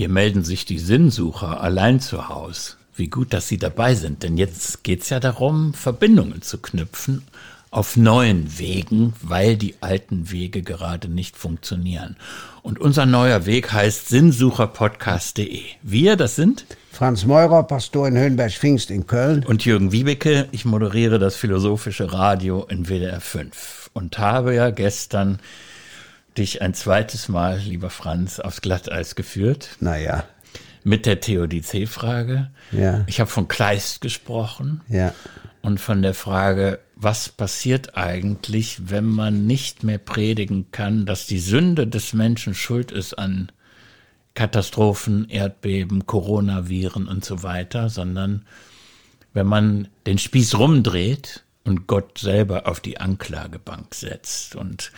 Hier melden sich die Sinnsucher allein zu Haus. Wie gut, dass Sie dabei sind, denn jetzt geht's ja darum, Verbindungen zu knüpfen auf neuen Wegen, weil die alten Wege gerade nicht funktionieren. Und unser neuer Weg heißt sinnsucherpodcast.de. Wir, das sind Franz Meurer, Pastor in Höhenberg-Pfingst in Köln. Und Jürgen Wiebeke, ich moderiere das Philosophische Radio in WDR 5 und habe ja gestern dich ein zweites Mal, lieber Franz, aufs Glatteis geführt. Naja. Mit der Theodizee-Frage. Ja. Ich habe von Kleist gesprochen. Ja. Und von der Frage, was passiert eigentlich, wenn man nicht mehr predigen kann, dass die Sünde des Menschen schuld ist an Katastrophen, Erdbeben, Coronaviren und so weiter, sondern wenn man den Spieß rumdreht und Gott selber auf die Anklagebank setzt. Und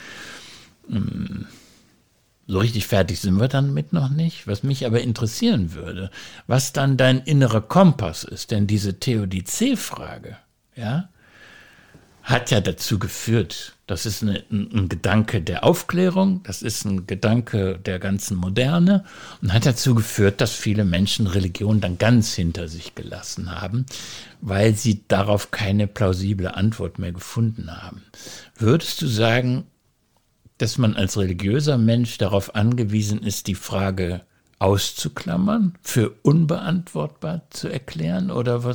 so richtig fertig sind wir damit noch nicht. Was mich aber interessieren würde, was dann dein innerer Kompass ist, denn diese Theodizee-Frage, ja, hat ja dazu geführt, das ist ein Gedanke der Aufklärung, das ist ein Gedanke der ganzen Moderne und hat dazu geführt, dass viele Menschen Religion dann ganz hinter sich gelassen haben, weil sie darauf keine plausible Antwort mehr gefunden haben. Würdest du sagen, dass man als religiöser Mensch darauf angewiesen ist, die Frage auszuklammern, für unbeantwortbar zu erklären, oder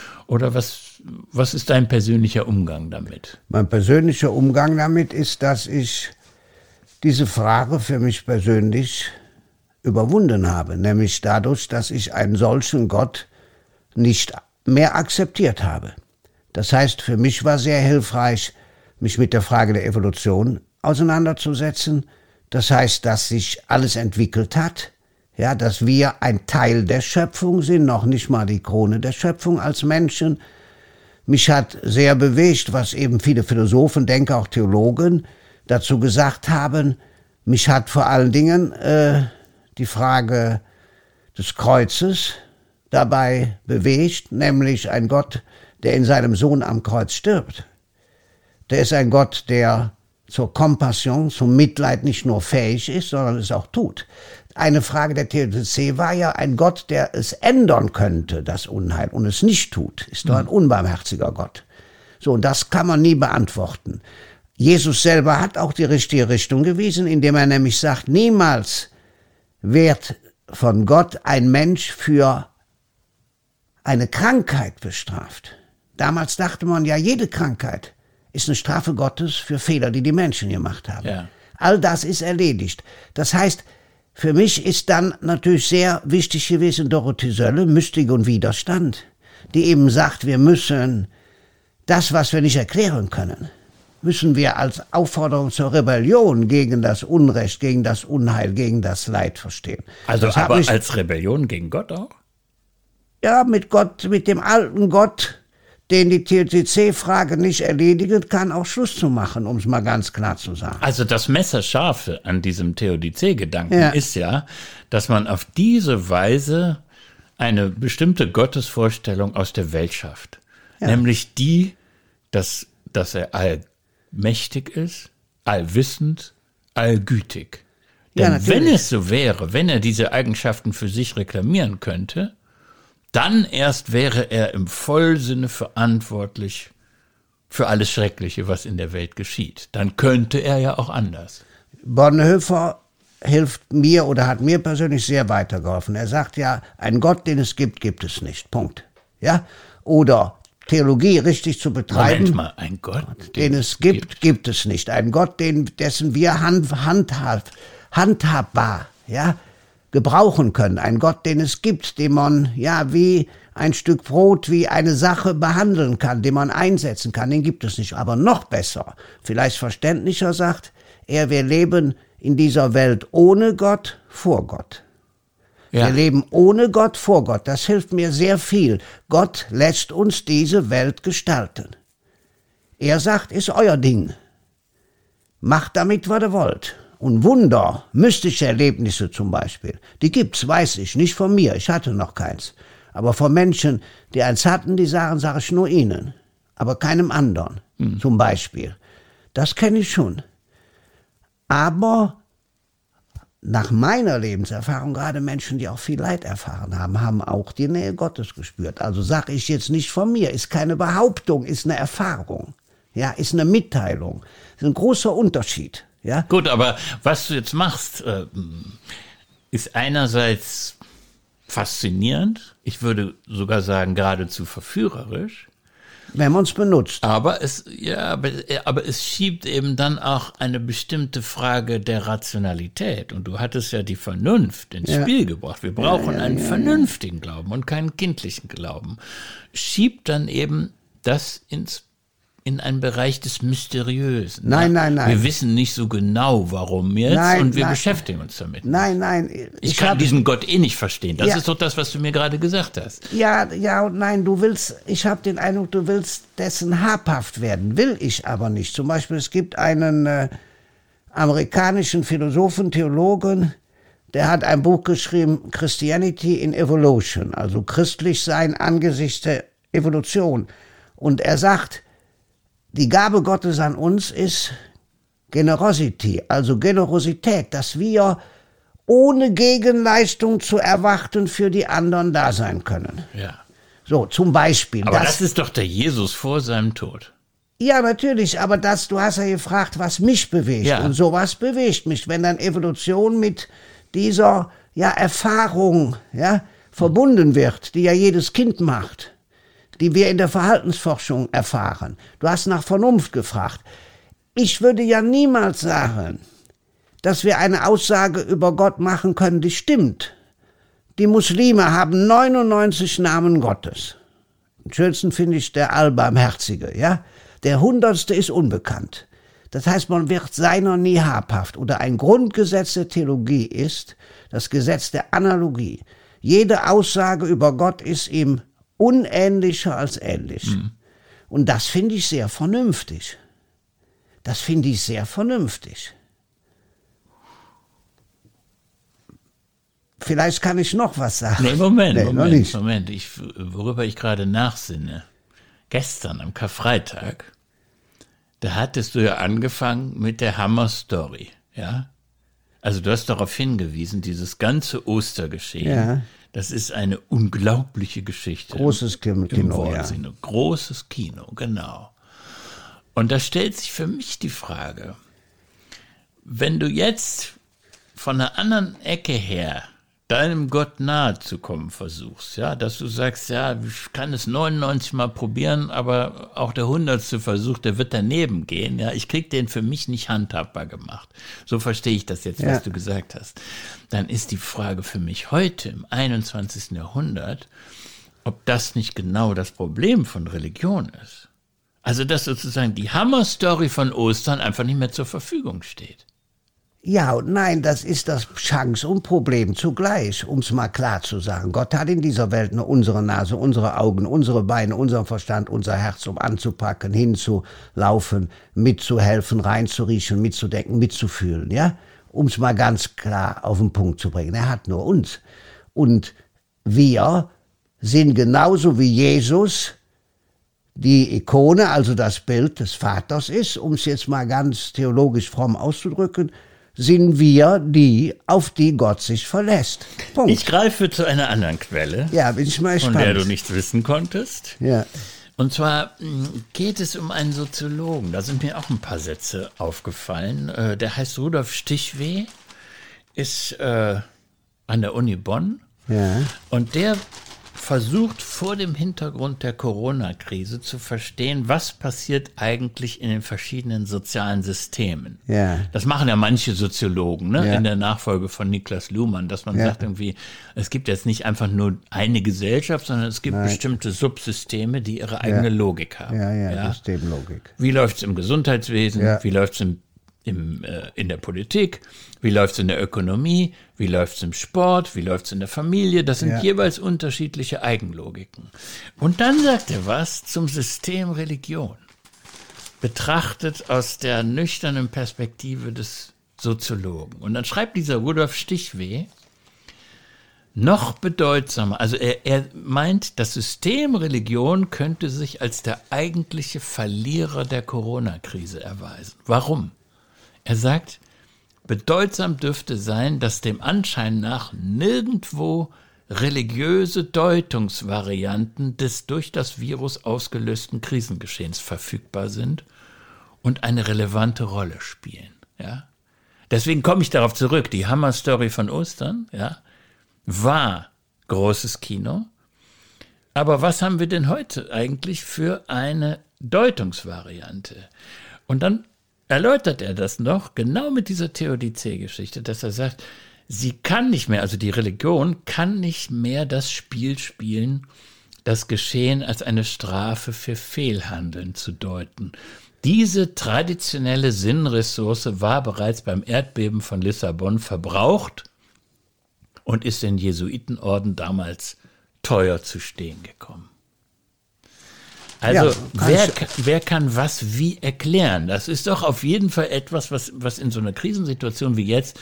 was ist dein persönlicher Umgang damit? Mein persönlicher Umgang damit ist, dass ich diese Frage für mich persönlich überwunden habe, nämlich dadurch, dass ich einen solchen Gott nicht mehr akzeptiert habe. Das heißt, für mich war sehr hilfreich, mich mit der Frage der Evolution auseinanderzusetzen. Das heißt, dass sich alles entwickelt hat, ja, dass wir ein Teil der Schöpfung sind, noch nicht mal die Krone der Schöpfung als Menschen. Mich hat sehr bewegt, was eben viele Philosophen, Denker, auch Theologen dazu gesagt haben. Mich hat vor allen Dingen die Frage des Kreuzes dabei bewegt, nämlich ein Gott, der in seinem Sohn am Kreuz stirbt. Der ist ein Gott, der zur Kompassion, zum Mitleid nicht nur fähig ist, sondern es auch tut. Eine Frage der Theodizee war ja ein Gott, der es ändern könnte, das Unheil, und es nicht tut. Ist doch ein unbarmherziger Gott. So, und das kann man nie beantworten. Jesus selber hat auch die richtige Richtung gewiesen, indem er nämlich sagt, niemals wird von Gott ein Mensch für eine Krankheit bestraft. Damals dachte man ja, jede Krankheit ist eine Strafe Gottes für Fehler, die die Menschen gemacht haben. Ja. All das ist erledigt. Das heißt, für mich ist dann natürlich sehr wichtig gewesen Dorothee Sölle, Mystik und Widerstand, die eben sagt, wir müssen das, was wir nicht erklären können, müssen wir als Aufforderung zur Rebellion gegen das Unrecht, gegen das Unheil, gegen das Leid verstehen. Also aber als Rebellion gegen Gott auch? Ja, mit Gott, mit dem alten Gott, den die Theodizee-Frage nicht erledigen kann, auch Schluss zu machen, um es mal ganz klar zu sagen. Also das Messerscharfe an diesem Theodizee-Gedanken ist ja, dass man auf diese Weise eine bestimmte Gottesvorstellung aus der Welt schafft. Ja. Nämlich die, dass er allmächtig ist, allwissend, allgütig. Denn wenn es so wäre, wenn er diese Eigenschaften für sich reklamieren könnte, dann erst wäre er im Vollsinne verantwortlich für alles Schreckliche, was in der Welt geschieht. Dann könnte er ja auch anders. Bonhoeffer hilft mir oder hat mir persönlich sehr weitergeholfen. Er sagt ja, ein Gott, den es gibt, gibt es nicht. Punkt. Ja? Oder Theologie richtig zu betreiben. Moment mal, ein Gott, den es gibt, gibt es nicht. Ein Gott, dessen wir handhabbar, ja, gebrauchen können. Ein Gott, den es gibt, den man ja wie ein Stück Brot, wie eine Sache behandeln kann, den man einsetzen kann, den gibt es nicht. Aber noch besser, vielleicht verständlicher sagt er, wir leben in dieser Welt ohne Gott, vor Gott. Ja. Wir leben ohne Gott, vor Gott. Das hilft mir sehr viel. Gott lässt uns diese Welt gestalten. Er sagt, ist euer Ding. Macht damit, was ihr wollt. Und Wunder, mystische Erlebnisse zum Beispiel, die gibt's, weiß ich, nicht von mir, ich hatte noch keins. Aber von Menschen, die eins hatten, die sagen, sage ich nur ihnen, aber keinem anderen, zum Beispiel. Das kenne ich schon. Aber nach meiner Lebenserfahrung, gerade Menschen, die auch viel Leid erfahren haben, haben auch die Nähe Gottes gespürt. Also sage ich jetzt nicht von mir, ist keine Behauptung, ist eine Erfahrung, ja, ist eine Mitteilung. Das ist ein großer Unterschied. Ja? Gut, aber was du jetzt machst, ist einerseits faszinierend, ich würde sogar sagen geradezu verführerisch. Wenn man es benutzt. Aber es schiebt eben dann auch eine bestimmte Frage der Rationalität. Und du hattest ja die Vernunft ins Spiel gebracht. Wir brauchen einen vernünftigen Glauben und keinen kindlichen Glauben. Schiebt dann eben das in einen Bereich des Mysteriösen. Nein. Wir wissen nicht so genau, warum jetzt, und wir beschäftigen uns damit. Nein. Ich kann diesen Gott eh nicht verstehen. Das ist doch das, was du mir gerade gesagt hast. Ja und nein, ich habe den Eindruck, du willst dessen habhaft werden. Will ich aber nicht. Zum Beispiel, es gibt einen amerikanischen Philosophen, Theologen, der hat ein Buch geschrieben, Christianity in Evolution, also christlich sein angesichts der Evolution. Und er sagt, die Gabe Gottes an uns ist Generosity, also Generosität, dass wir ohne Gegenleistung zu erwarten für die anderen da sein können. Ja. So, zum Beispiel. Aber das ist doch der Jesus vor seinem Tod. Ja, natürlich, aber du hast ja gefragt, was mich bewegt. Ja. Und sowas bewegt mich, wenn dann Evolution mit dieser Erfahrung verbunden wird, die ja jedes Kind macht, die wir in der Verhaltensforschung erfahren. Du hast nach Vernunft gefragt. Ich würde ja niemals sagen, dass wir eine Aussage über Gott machen können, die stimmt. Die Muslime haben 99 Namen Gottes. Am schönsten finde ich der Allbarmherzige, ja? Der 100. ist unbekannt. Das heißt, man wird seiner nie habhaft. Oder ein Grundgesetz der Theologie ist das Gesetz der Analogie. Jede Aussage über Gott ist ihm unähnlicher als ähnlich. Und das finde ich sehr vernünftig. Vielleicht kann ich noch was sagen. Nee, Moment. Worüber ich gerade nachsinne. Gestern am Karfreitag, da hattest du ja angefangen mit der Hammer-Story, ja? Also du hast darauf hingewiesen, dieses ganze Ostergeschehen, das ist eine unglaubliche Geschichte. Großes Kino, Großes Kino, genau. Und da stellt sich für mich die Frage, wenn du jetzt von einer anderen Ecke her deinem Gott nahe zu kommen versuchst, ja, dass du sagst, ja, ich kann es 99 Mal probieren, aber auch der 100. Versuch, der wird daneben gehen, ja, ich krieg den für mich nicht handhabbar gemacht. So verstehe ich das jetzt, was du gesagt hast. Dann ist die Frage für mich heute im 21. Jahrhundert, ob das nicht genau das Problem von Religion ist. Also, dass sozusagen die Hammer-Story von Ostern einfach nicht mehr zur Verfügung steht. Ja und nein, das ist das Chance und Problem zugleich, um es mal klar zu sagen. Gott hat in dieser Welt nur unsere Nase, unsere Augen, unsere Beine, unseren Verstand, unser Herz, um anzupacken, hinzulaufen, mitzuhelfen, reinzuriechen, mitzudenken, mitzufühlen, ja? Um es mal ganz klar auf den Punkt zu bringen. Er hat nur uns. Und wir sind genauso wie Jesus die Ikone, also das Bild des Vaters ist, um es jetzt mal ganz theologisch fromm auszudrücken, sind wir die, auf die Gott sich verlässt. Punkt. Ich greife zu einer anderen Quelle, ja, bin ich mal gespannt, von der du nichts wissen konntest. Ja. Und zwar geht es um einen Soziologen, da sind mir auch ein paar Sätze aufgefallen. Der heißt Rudolf Stichweh, ist an der Uni Bonn. Ja. Und der versucht vor dem Hintergrund der Corona-Krise zu verstehen, was passiert eigentlich in den verschiedenen sozialen Systemen. Ja. Das machen ja manche Soziologen, ne? In der Nachfolge von Niklas Luhmann, dass man sagt irgendwie, es gibt jetzt nicht einfach nur eine Gesellschaft, sondern es gibt bestimmte Subsysteme, die ihre eigene Logik haben. Ja, Systemlogik. Wie läuft es im Gesundheitswesen? Wie läuft es in der Politik, wie läuft es in der Ökonomie, wie läuft es im Sport, wie läuft es in der Familie, das sind jeweils unterschiedliche Eigenlogiken. Und dann sagt er was zum System Religion, betrachtet aus der nüchternen Perspektive des Soziologen. Und dann schreibt dieser Rudolf Stichweh, noch bedeutsamer, also er meint, das System Religion könnte sich als der eigentliche Verlierer der Corona-Krise erweisen. Warum? Er sagt, Bedeutsam dürfte sein, dass dem Anschein nach nirgendwo religiöse Deutungsvarianten des durch das Virus ausgelösten Krisengeschehens verfügbar sind und eine relevante Rolle spielen. Ja? Deswegen komme ich darauf zurück. Die Hammer-Story von Ostern, ja, war großes Kino. Aber was haben wir denn heute eigentlich für eine Deutungsvariante? Und dann erläutert er das noch, genau mit dieser Theodizee-Geschichte, dass er sagt, sie kann nicht mehr, also die Religion kann nicht mehr das Spiel spielen, das Geschehen als eine Strafe für Fehlhandeln zu deuten. Diese traditionelle Sinnressource war bereits beim Erdbeben von Lissabon verbraucht und ist den Jesuitenorden damals teuer zu stehen gekommen. Also ja, wer kann was wie erklären? Das ist doch auf jeden Fall etwas, was in so einer Krisensituation wie jetzt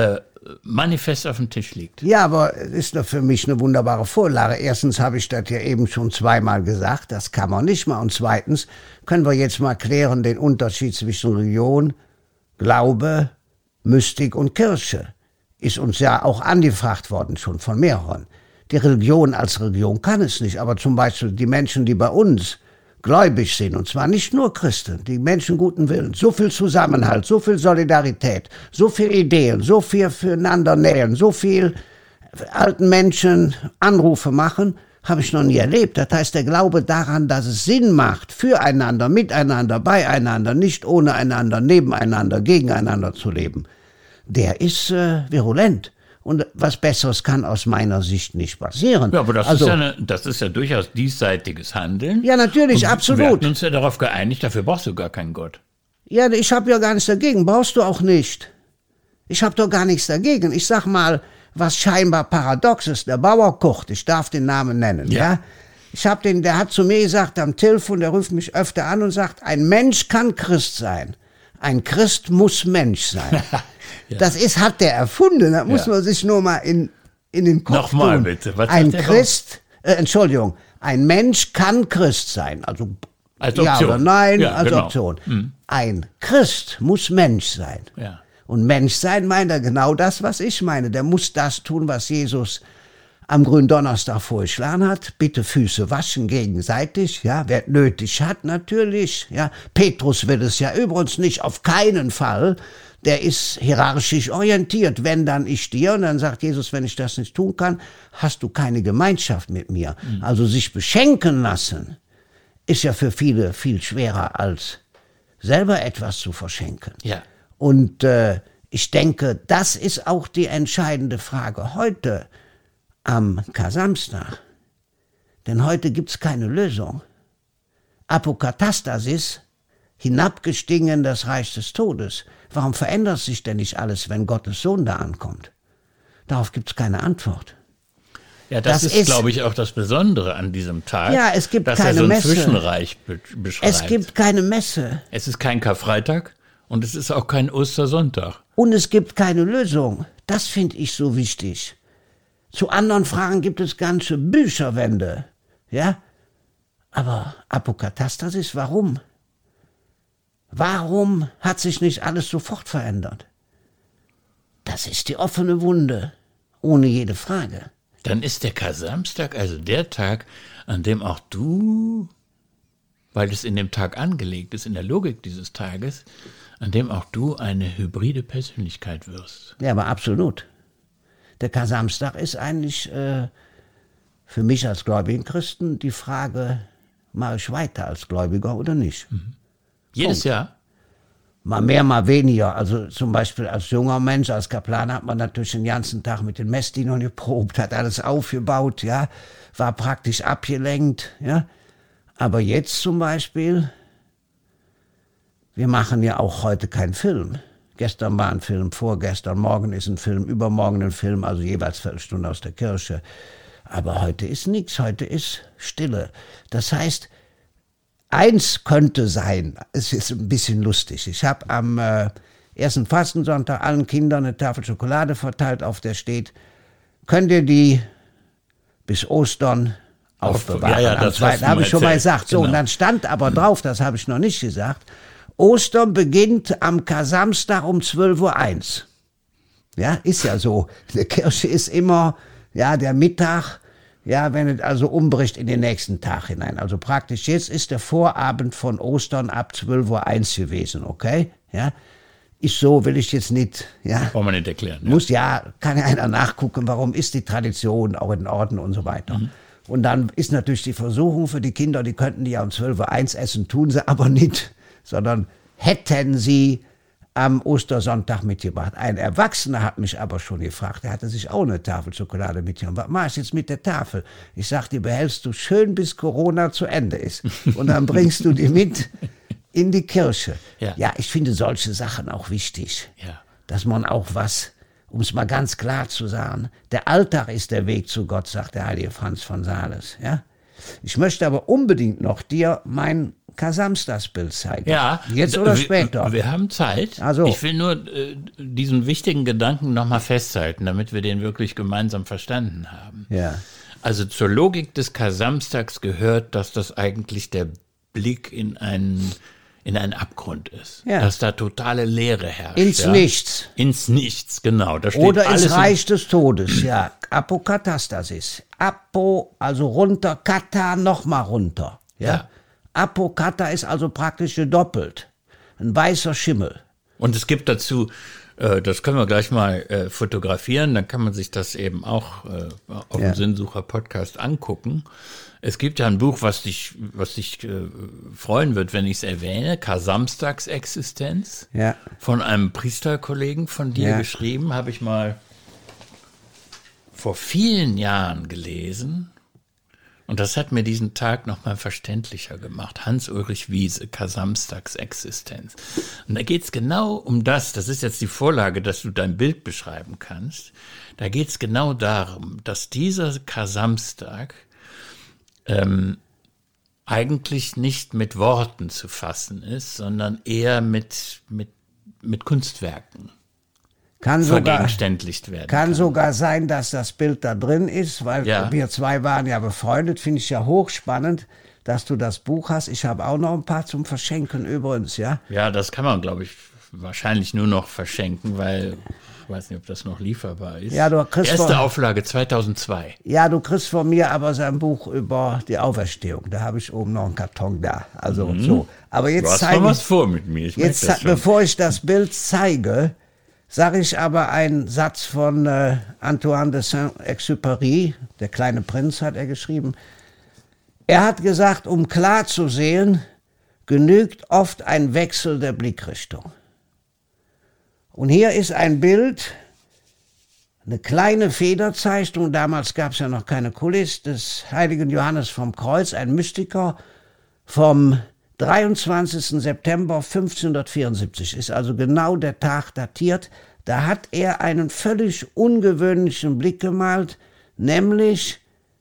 manifest auf dem Tisch liegt. Ja, aber es ist doch für mich eine wunderbare Vorlage. Erstens habe ich das ja eben schon zweimal gesagt, das kann man nicht mal. Und zweitens können wir jetzt mal klären den Unterschied zwischen Religion, Glaube, Mystik und Kirche. Ist uns ja auch angefragt worden, schon von mehreren. Die Religion als Religion kann es nicht, aber zum Beispiel die Menschen, die bei uns gläubig sind, und zwar nicht nur Christen, die Menschen guten Willen, so viel Zusammenhalt, so viel Solidarität, so viel Ideen, so viel füreinander nähen, so viel alten Menschen Anrufe machen, habe ich noch nie erlebt. Das heißt, der Glaube daran, dass es Sinn macht, füreinander, miteinander, beieinander, nicht ohne einander, nebeneinander, gegeneinander zu leben, der ist virulent. Und was Besseres kann aus meiner Sicht nicht passieren. Ja, aber das ist ja durchaus diesseitiges Handeln. Ja, natürlich, und absolut. Wir hatten uns ja darauf geeinigt, dafür brauchst du gar keinen Gott. Ja, ich habe ja gar nichts dagegen, brauchst du auch nicht. Ich habe doch gar nichts dagegen. Ich sag mal, was scheinbar paradox ist, der Bauer Kurt, ich darf den Namen nennen, ja? Der hat zu mir gesagt am Telefon, der ruft mich öfter an und sagt, ein Mensch kann Christ sein. Ein Christ muss Mensch sein. Ja. Das hat der erfunden. Da muss man sich nur mal in den Kopf tun. Nochmal bitte. Was ein Christ, ein Mensch kann Christ sein. Also als Option. Ja oder nein, als genau. Option. Mhm. Ein Christ muss Mensch sein. Ja. Und Mensch sein meint er genau das, was ich meine. Der muss das tun, was Jesus am Gründonnerstag vorgeschlagen hat. Bitte Füße waschen gegenseitig, ja, wer nötig hat, natürlich, ja. Petrus will es ja übrigens nicht, auf keinen Fall. Der ist hierarchisch orientiert. Wenn, dann ich dir. Und dann sagt Jesus, wenn ich das nicht tun kann, hast du keine Gemeinschaft mit mir. Mhm. Also sich beschenken lassen, ist ja für viele viel schwerer, als selber etwas zu verschenken. Ja. Und ich denke, das ist auch die entscheidende Frage heute am Kar-Samstag. Denn heute gibt's keine Lösung. Apokatastasis, hinabgestiegen in das Reich des Todes. Warum verändert sich denn nicht alles, wenn Gottes Sohn da ankommt? Darauf gibt's keine Antwort. Ja, das ist, glaube ich, auch das Besondere an diesem Tag. Ja, es gibt dass keine er so ein Messe. Zwischenreich beschreibt. Es gibt keine Messe. Es ist kein Karfreitag und es ist auch kein Ostersonntag. Und es gibt keine Lösung. Das finde ich so wichtig. Zu anderen Fragen gibt es ganze Bücherwände. Ja? Aber Apokatastasis, warum? Warum hat sich nicht alles sofort verändert? Das ist die offene Wunde, ohne jede Frage. Dann ist der Kar-Samstag also der Tag, an dem auch du, weil es in dem Tag angelegt ist, in der Logik dieses Tages, an dem auch du eine hybride Persönlichkeit wirst. Ja, aber absolut. Der Kar-Samstag ist eigentlich für mich als gläubigen Christen die Frage, mache ich weiter als Gläubiger oder nicht? Mhm. Jedes Jahr? Mal mehr, mal weniger. Also zum Beispiel als junger Mensch, als Kaplan hat man natürlich den ganzen Tag mit den Messdienern geprobt, hat alles aufgebaut, ja, war praktisch abgelenkt, ja. Aber jetzt zum Beispiel, wir machen ja auch heute keinen Film. Gestern war ein Film, vorgestern, morgen ist ein Film, übermorgen ein Film, also jeweils Viertelstunde aus der Kirche. Aber heute ist nichts, heute ist Stille. Das heißt, eins könnte sein, es ist ein bisschen lustig. Ich habe am ersten Fastensonntag allen Kindern eine Tafel Schokolade verteilt, auf der steht, könnt ihr die bis Ostern aufbewahren. Ja, das habe ich schon mal gesagt. So, genau. Und dann stand aber drauf, das habe ich noch nicht gesagt, Ostern beginnt am Kar-Samstag um 12:01 Uhr. Ja, ist ja so. Die Kirche ist immer, ja, der Mittag, ja, wenn es also umbricht in den nächsten Tag hinein. Also praktisch jetzt ist der Vorabend von Ostern ab 12:01 Uhr gewesen, okay? Ja, ist so, will ich jetzt nicht, ja. Brauchen wir nicht erklären. Muss kann ja einer nachgucken, warum ist die Tradition auch in Ordnung und so weiter. Und dann ist natürlich die Versuchung für die Kinder, die könnten die ja um 12:01 Uhr essen, tun sie aber nicht, sondern hätten sie am Ostersonntag mitgebracht. Ein Erwachsener hat mich aber schon gefragt, der hatte sich auch eine Tafel Schokolade mitgenommen. Was machst du jetzt mit der Tafel? Ich sag, die behältst du schön, bis Corona zu Ende ist. Und dann bringst du die mit in die Kirche. Ja, ich finde solche Sachen auch wichtig. Ja. Dass man auch was, um es mal ganz klar zu sagen, der Alltag ist der Weg zu Gott, sagt der heilige Franz von Sales. Ja? Ich möchte aber unbedingt noch dir mein Kar-Samstagsbild zeigen. Ja. Jetzt oder später. Wir haben Zeit. Also. Ich will nur diesen wichtigen Gedanken nochmal festhalten, damit wir den wirklich gemeinsam verstanden haben. Ja. Also zur Logik des Kar-Samstags gehört, dass das eigentlich der Blick in einen Abgrund ist. Ja. Dass da totale Leere herrscht. Ins Nichts. Ins Nichts, genau. Da steht oder alles ins Reich des Todes, ja. Apokatastasis. Apo, also runter, kata, nochmal runter. Ja. Apokata ist also praktisch gedoppelt. Ein weißer Schimmel. Und es gibt dazu, das können wir gleich mal fotografieren, dann kann man sich das eben auch auf dem Sinnsucher-Podcast angucken. Es gibt ja ein Buch, was dich freuen wird, wenn ich es erwähne, Kar-Samstags-Existenz, von einem Priesterkollegen von dir geschrieben, habe ich mal vor vielen Jahren gelesen. Und das hat mir diesen Tag nochmal verständlicher gemacht. Hans-Ulrich Wiese, Kar-Samstags-Existenz. Und da geht es genau um das ist jetzt die Vorlage, dass du dein Bild beschreiben kannst. Da geht es genau darum, dass dieser Kar-Samstag eigentlich nicht mit Worten zu fassen ist, sondern eher mit Kunstwerken. Vergegenständlicht werden kann. Kann sogar sein, dass das Bild da drin ist, weil wir zwei waren ja befreundet. Finde ich ja hochspannend, dass du das Buch hast. Ich habe auch noch ein paar zum Verschenken übrigens, ja. Ja, das kann man, glaube ich, wahrscheinlich nur noch verschenken, weil ich weiß nicht, ob das noch lieferbar ist. Ja, du kriegst erste Auflage 2002. Ja, du kriegst von mir aber sein Buch über die Auferstehung. Da habe ich oben noch einen Karton da. Also so. Aber jetzt du hast noch was vor mit mir. Bevor ich das Bild zeige, sage ich aber einen Satz von Antoine de Saint-Exupéry, der kleine Prinz hat er geschrieben. Er hat gesagt, um klar zu sehen, genügt oft ein Wechsel der Blickrichtung. Und hier ist ein Bild, eine kleine Federzeichnung, damals gab es ja noch keine Kulisse, des heiligen Johannes vom Kreuz, ein Mystiker vom 23. September 1574, ist also genau der Tag datiert. Da hat er einen völlig ungewöhnlichen Blick gemalt, nämlich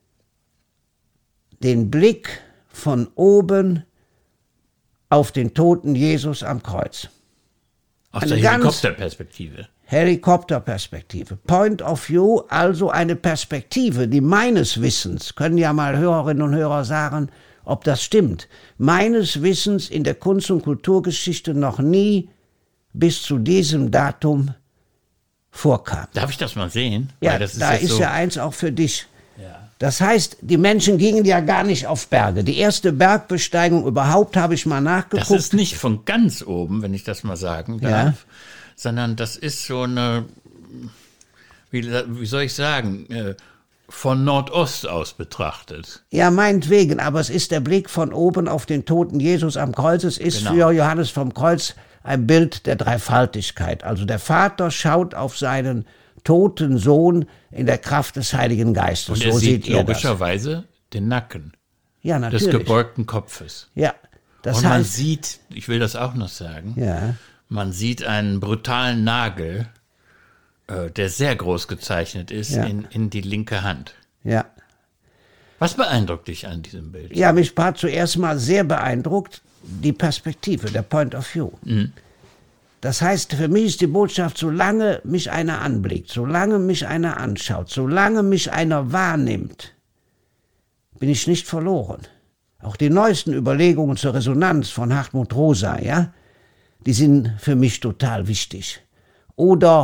den Blick von oben auf den toten Jesus am Kreuz. Aus der Helikopterperspektive. Helikopterperspektive. Point of View, also eine Perspektive, die meines Wissens, können ja mal Hörerinnen und Hörer sagen, ob das stimmt, meines Wissens in der Kunst- und Kulturgeschichte noch nie bis zu diesem Datum vorkam. Darf ich das mal sehen? Ja, weil das da ist so ja eins auch für dich. Ja. Das heißt, die Menschen gingen ja gar nicht auf Berge. Die erste Bergbesteigung überhaupt habe ich mal nachgeguckt. Das ist nicht von ganz oben, wenn ich das mal sagen darf, sondern das ist so eine, wie soll ich sagen, von Nordost aus betrachtet. Ja, meinetwegen, aber es ist der Blick von oben auf den toten Jesus am Kreuz. Es ist für Johannes vom Kreuz ein Bild der Dreifaltigkeit. Also der Vater schaut auf seinen toten Sohn in der Kraft des Heiligen Geistes. Und er sieht logischerweise den Nacken des gebeugten Kopfes. Ja, das heißt, man sieht, ich will das auch noch sagen, man sieht einen brutalen Nagel, der sehr groß gezeichnet ist, in die linke Hand. Ja. Was beeindruckt dich an diesem Bild? Ja, mich war zuerst mal sehr beeindruckt die Perspektive, der Point of View. Mhm. Das heißt, für mich ist die Botschaft, solange mich einer anblickt, solange mich einer anschaut, solange mich einer wahrnimmt, bin ich nicht verloren. Auch die neuesten Überlegungen zur Resonanz von Hartmut Rosa, die sind für mich total wichtig. Oder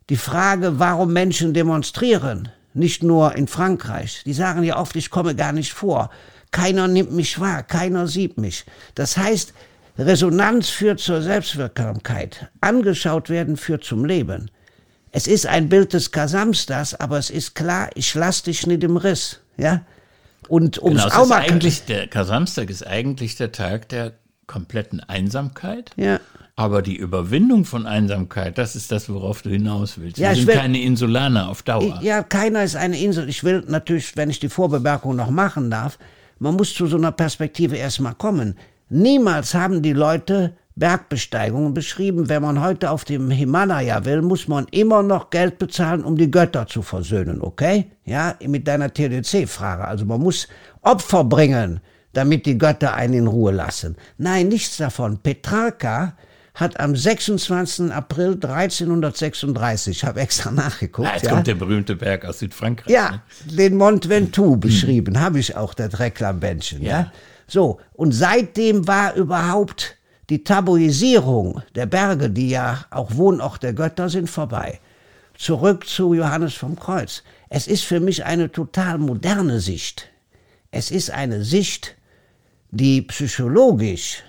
Die Frage, warum Menschen demonstrieren, nicht nur in Frankreich, die sagen ja oft, ich komme gar nicht vor. Keiner nimmt mich wahr, keiner sieht mich. Das heißt, Resonanz führt zur Selbstwirksamkeit. Angeschaut werden führt zum Leben. Es ist ein Bild des Kasamsters, aber es ist klar, ich lasse dich nicht im Riss. Ja? Und genau, auch mal der Kasamstag ist eigentlich der Tag der kompletten Einsamkeit. Ja. Aber die Überwindung von Einsamkeit, das ist das, worauf du hinaus willst. Wir sind keine Insulaner auf Dauer. Ja, keiner ist eine Insel. Ich will natürlich, wenn ich die Vorbemerkung noch machen darf, man muss zu so einer Perspektive erstmal kommen. Niemals haben die Leute Bergbesteigungen beschrieben. Wenn man heute auf dem Himalaya will, muss man immer noch Geld bezahlen, um die Götter zu versöhnen, okay? Ja, mit deiner TDC-Frage. Also man muss Opfer bringen, damit die Götter einen in Ruhe lassen. Nein, nichts davon. Petrarca hat am 26. April 1336, ich habe extra nachgeguckt. Jetzt kommt der berühmte Berg aus Südfrankreich. Ja, ne? Den Mont Ventoux beschrieben, habe ich auch, das Reklambändchen. Ja. So, und seitdem war überhaupt die Tabuisierung der Berge, die ja auch Wohnort der Götter sind, vorbei. Zurück zu Johannes vom Kreuz. Es ist für mich eine total moderne Sicht. Es ist eine Sicht, die psychologisch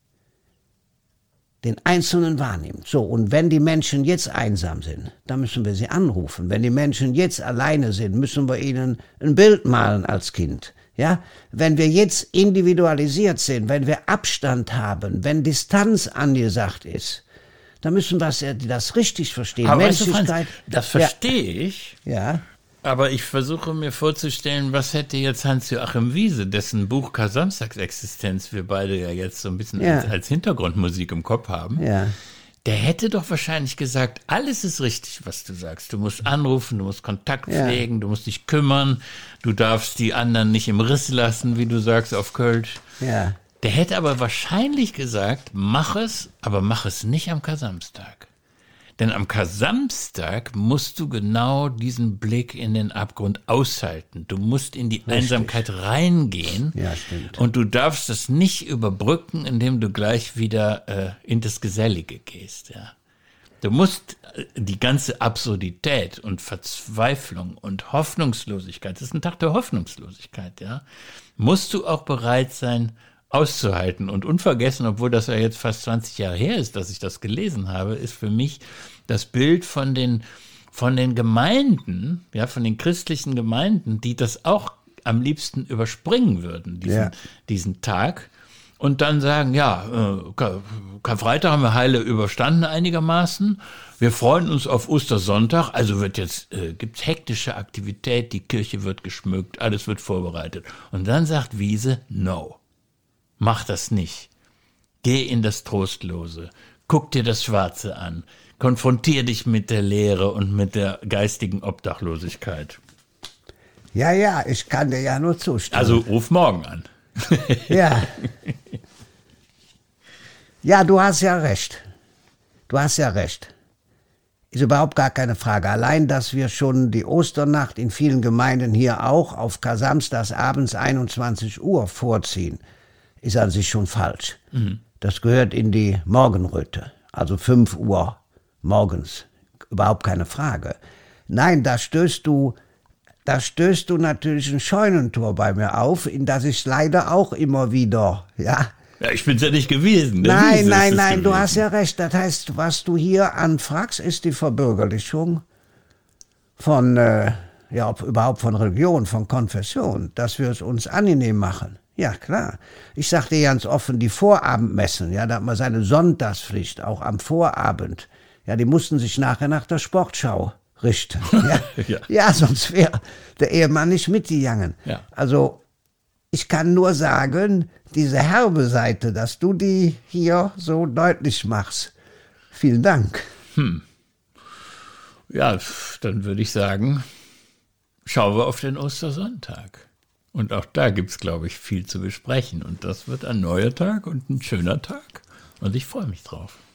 den Einzelnen wahrnimmt. So, und wenn die Menschen jetzt einsam sind, dann müssen wir sie anrufen. Wenn die Menschen jetzt alleine sind, müssen wir ihnen ein Bild malen als Kind. Ja? Wenn wir jetzt individualisiert sind, wenn wir Abstand haben, wenn Distanz angesagt ist, dann müssen wir das richtig verstehen. Aber Menschlichkeit, weißt du, Franz, das verstehe ich. Ja. Aber ich versuche mir vorzustellen, was hätte jetzt Hans-Joachim Wiese, dessen Buch Kasamstagsexistenz wir beide ja jetzt so ein bisschen als Hintergrundmusik im Kopf haben. Ja. Der hätte doch wahrscheinlich gesagt, alles ist richtig, was du sagst. Du musst anrufen, du musst Kontakt pflegen, du musst dich kümmern, du darfst die anderen nicht im Riss lassen, wie du sagst, auf Kölsch. Ja. Der hätte aber wahrscheinlich gesagt, mach es, aber mach es nicht am Kasamstag. Denn am Kasamstag musst du genau diesen Blick in den Abgrund aushalten. Du musst in die Einsamkeit reingehen. Ja, stimmt. Und du darfst das nicht überbrücken, indem du gleich wieder in das Gesellige gehst. Ja. Du musst die ganze Absurdität und Verzweiflung und Hoffnungslosigkeit, das ist ein Tag der Hoffnungslosigkeit, ja, musst du auch bereit sein, auszuhalten. Und unvergessen, obwohl das ja jetzt fast 20 Jahre her ist, dass ich das gelesen habe, ist für mich das Bild von den Gemeinden, ja, von den christlichen Gemeinden, die das auch am liebsten überspringen würden, diesen Tag, und dann sagen, Karfreitag haben wir heile überstanden einigermaßen, wir freuen uns auf Ostersonntag, also gibt's hektische Aktivität, die Kirche wird geschmückt, alles wird vorbereitet. Und dann sagt Wiese, no. Mach das nicht. Geh in das Trostlose. Guck dir das Schwarze an. Konfrontier dich mit der Leere und mit der geistigen Obdachlosigkeit. Ja, ich kann dir ja nur zustimmen. Also ruf morgen an. Ja. Ja, du hast ja recht. Ist überhaupt gar keine Frage. Allein, dass wir schon die Osternacht in vielen Gemeinden hier auch auf Kasamstags abends 21 Uhr vorziehen, ist an sich schon falsch. Mhm. Das gehört in die Morgenröte, also 5 Uhr morgens, überhaupt keine Frage. Nein, da stößt du natürlich ein Scheunentor bei mir auf, in das ich leider auch immer wieder, Ja, ich bin's ja nicht gewesen. Nein, du hast ja recht. Das heißt, was du hier anfragst, ist die Verbürgerlichung von, überhaupt von Religion, von Konfession, dass wir es uns angenehm machen. Ja, klar. Ich sag dir ganz offen, die Vorabendmessen, da hat man seine Sonntagspflicht, auch am Vorabend. Ja, die mussten sich nachher nach der Sportschau richten. Ja, sonst wäre der Ehemann nicht mitgegangen. Ja. Also, ich kann nur sagen, diese herbe Seite, dass du die hier so deutlich machst. Vielen Dank. Ja, dann würde ich sagen, schauen wir auf den Ostersonntag. Und auch da gibt's, glaube ich, viel zu besprechen. Und das wird ein neuer Tag und ein schöner Tag. Und ich freue mich drauf.